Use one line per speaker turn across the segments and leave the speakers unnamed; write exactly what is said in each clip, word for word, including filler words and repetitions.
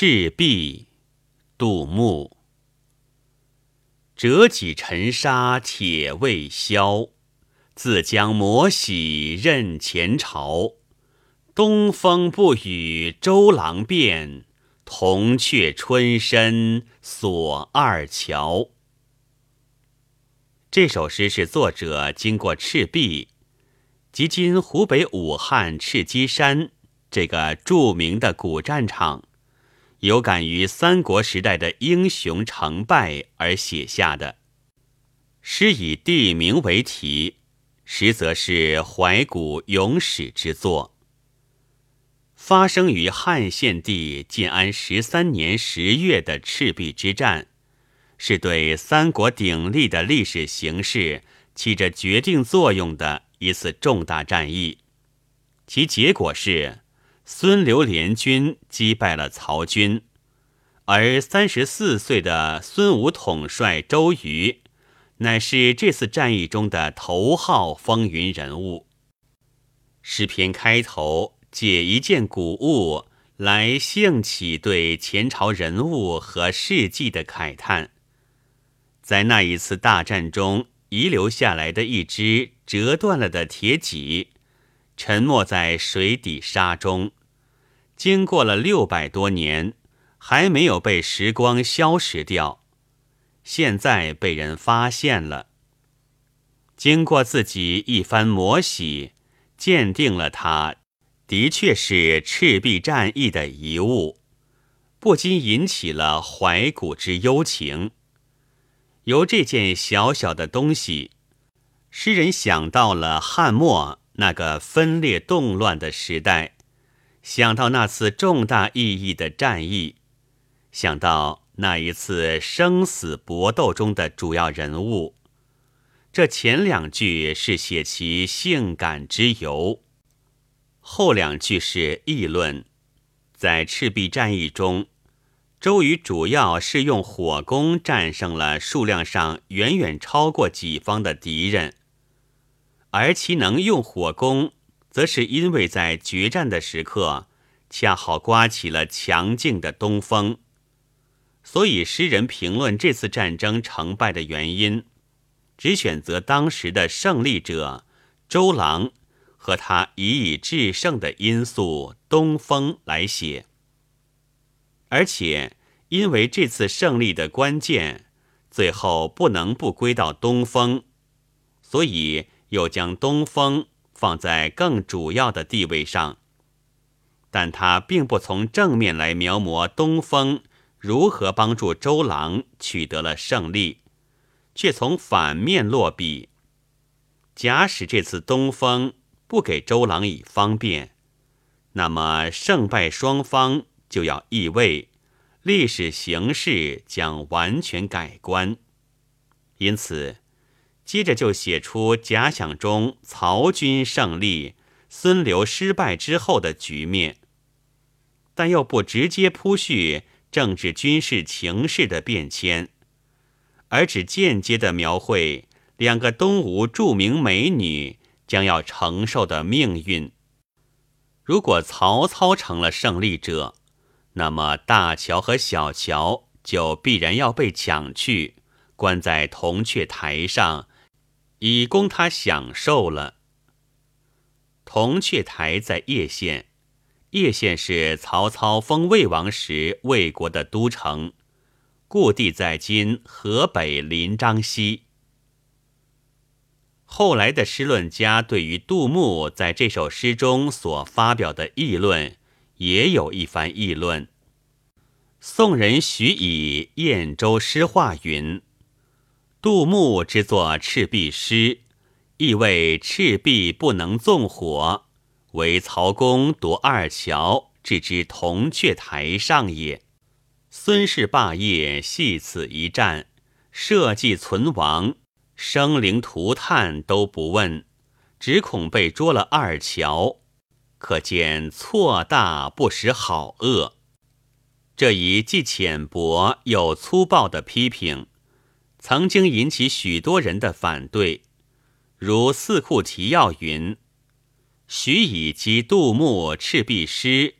赤壁，杜牧。折戟沉沙铁未销，自将磨洗认前朝。东风不与周郎便，铜雀春深锁二乔。这首诗是作者经过赤壁，即今湖北武汉赤鸡山这个著名的古战场，有感于三国时代的英雄成败而写下的。诗以地名为题，实则是怀古咏史之作。发生于汉献帝建安十三年十月的赤壁之战，是对三国鼎立的历史形势起着决定作用的一次重大战役。其结果是孙刘联军击败了曹军，而三十四岁的孙武统帅周瑜，乃是这次战役中的头号风云人物。诗篇开头借一件古物来兴起对前朝人物和事迹的慨叹。在那一次大战中遗留下来的一只折断了的铁戟，沉没在水底沙中，经过了六百多年，还没有被时光消蚀掉，现在被人发现了。经过自己一番磨洗，鉴定了它的确是赤壁战役的遗物，不禁引起了怀古之幽情。由这件小小的东西，诗人想到了汉末那个分裂动乱的时代，想到那次重大意义的战役，想到那一次生死搏斗中的主要人物。这前两句是写其性感之由，后两句是议论。在赤壁战役中，周瑜主要是用火攻战胜了数量上远远超过己方的敌人，而其能用火攻，则是因为在决战的时刻恰好刮起了强劲的东风。所以诗人评论这次战争成败的原因，只选择当时的胜利者周郎和他以以制胜的因素东风来写。而且因为这次胜利的关键最后不能不归到东风，所以又将东风放在更主要的地位上。但他并不从正面来描摹东风如何帮助周郎取得了胜利，却从反面落笔。假使这次东风不给周郎以方便，那么胜败双方就要易位，历史形势将完全改观。因此接着就写出假想中曹军胜利、孙刘失败之后的局面，但又不直接铺叙政治军事情势的变迁，而只间接地描绘两个东吴著名美女将要承受的命运。如果曹操成了胜利者，那么大乔和小乔就必然要被抢去，关在铜雀台上，以供他享受了。铜雀台在叶县，叶县是曹操封魏王时魏国的都城，故地在今河北临漳西。后来的诗论家对于杜牧在这首诗中所发表的议论，也有一番议论。宋人许以兖州诗话云：杜牧之作赤壁诗，亦为赤壁不能纵火，为曹公夺二乔，置之铜雀台上也。孙氏霸业系此一战，社稷存亡，生灵涂炭都不问，只恐被捉了二乔，可见错大不识好恶。这一既浅薄又粗暴的批评，曾经引起许多人的反对。如《四库提要》云：许以击杜牧赤壁诗，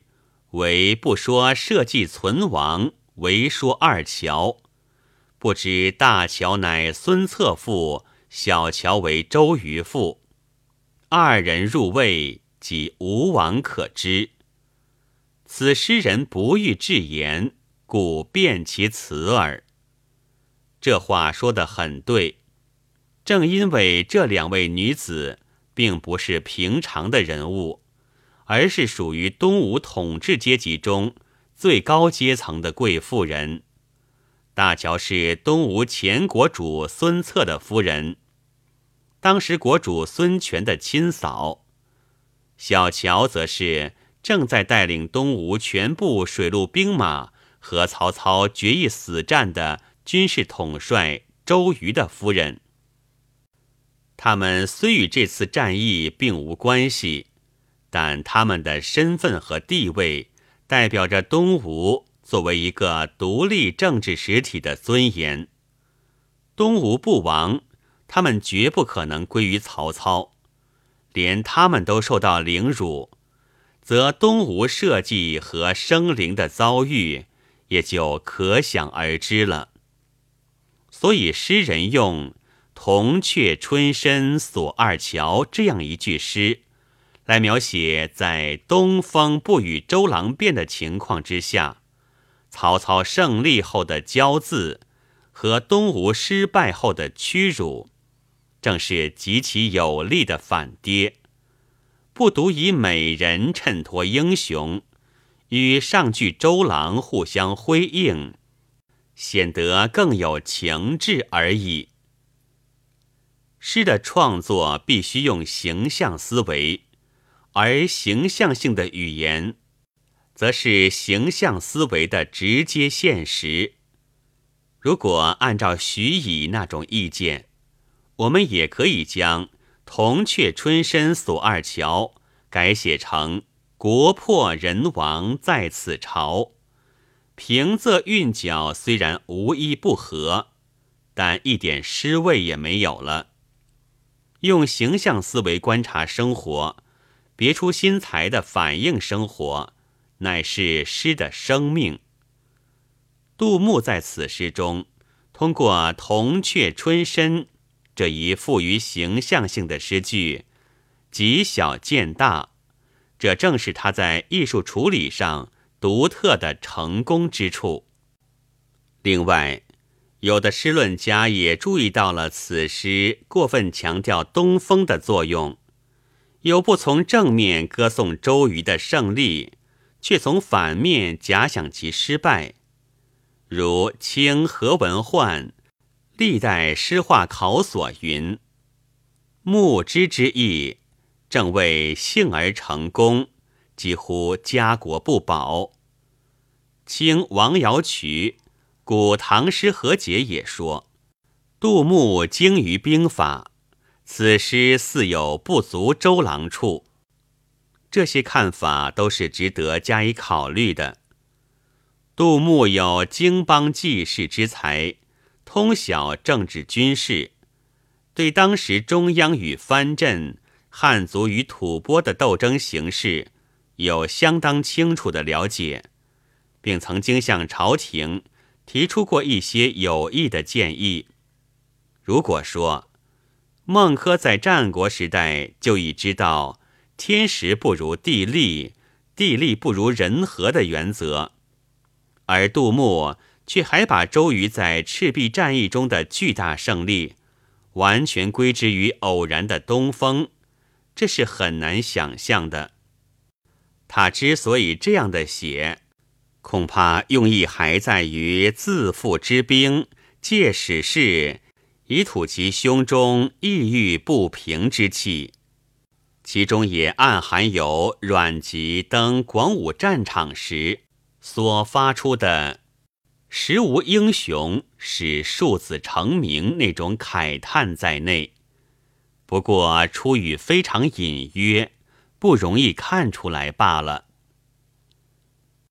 唯不说社稷存亡，唯说二乔。不知大乔乃孙策父，小乔为周瑜父。二人入魏，即吴王可知。此诗人不欲置言，故辩其辞耳。这话说得很对，正因为这两位女子并不是平常的人物，而是属于东吴统治阶级中最高阶层的贵妇人。大乔是东吴前国主孙策的夫人，当时国主孙权的亲嫂。小乔则是正在带领东吴全部水陆兵马和曹操决一死战的军事统帅周瑜的夫人。他们虽与这次战役并无关系，但他们的身份和地位代表着东吴作为一个独立政治实体的尊严。东吴不亡，他们绝不可能归于曹操，连他们都受到凌辱，则东吴社稷和生灵的遭遇也就可想而知了。所以诗人用铜雀春深锁二乔这样一句诗来描写在东风不与周郎便的情况之下，曹操胜利后的骄恣和东吴失败后的屈辱，正是极其有力的反跌。不独以美人衬托英雄，与上句周郎互相辉映，显得更有情致而已。诗的创作必须用形象思维，而形象性的语言则是形象思维的直接现实。如果按照徐乙那种意见，我们也可以将铜雀春深锁二乔改写成国破人亡在此朝。平仄韵脚虽然无一不合，但一点诗味也没有了。用形象思维观察生活，别出心裁地反映生活，乃是诗的生命。杜牧在此诗中通过铜雀春深这一富于形象性的诗句，极小见大，这正是他在艺术处理上独特的成功之处。另外，有的诗论家也注意到了此诗过分强调东风的作用，有不从正面歌颂周瑜的胜利，却从反面假想其失败。如清何文焕历代诗话考所云：牧之之意，正为幸而成功，几乎家国不保。清王瑶曲古唐诗和解也说，杜牧精于兵法，此诗似有不足周郎处。这些看法都是值得加以考虑的。杜牧有经邦济世之才，通晓政治军事，对当时中央与藩镇、汉族与吐蕃的斗争形势有相当清楚的了解，并曾经向朝廷提出过一些有益的建议。如果说孟轲在战国时代就已知道天时不如地利，地利不如人和的原则，而杜牧却还把周瑜在赤壁战役中的巨大胜利完全归之于偶然的东风，这是很难想象的。他之所以这样的写，恐怕用意还在于自负之兵，借史事以吐其胸中抑郁不平之气，其中也暗含有阮籍登广武战场时所发出的时无英雄使庶子成名那种慨叹在内。不过出语非常隐约，不容易看出来罢了。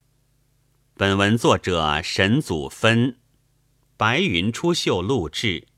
本文作者沈祖芬，白云出岫录制。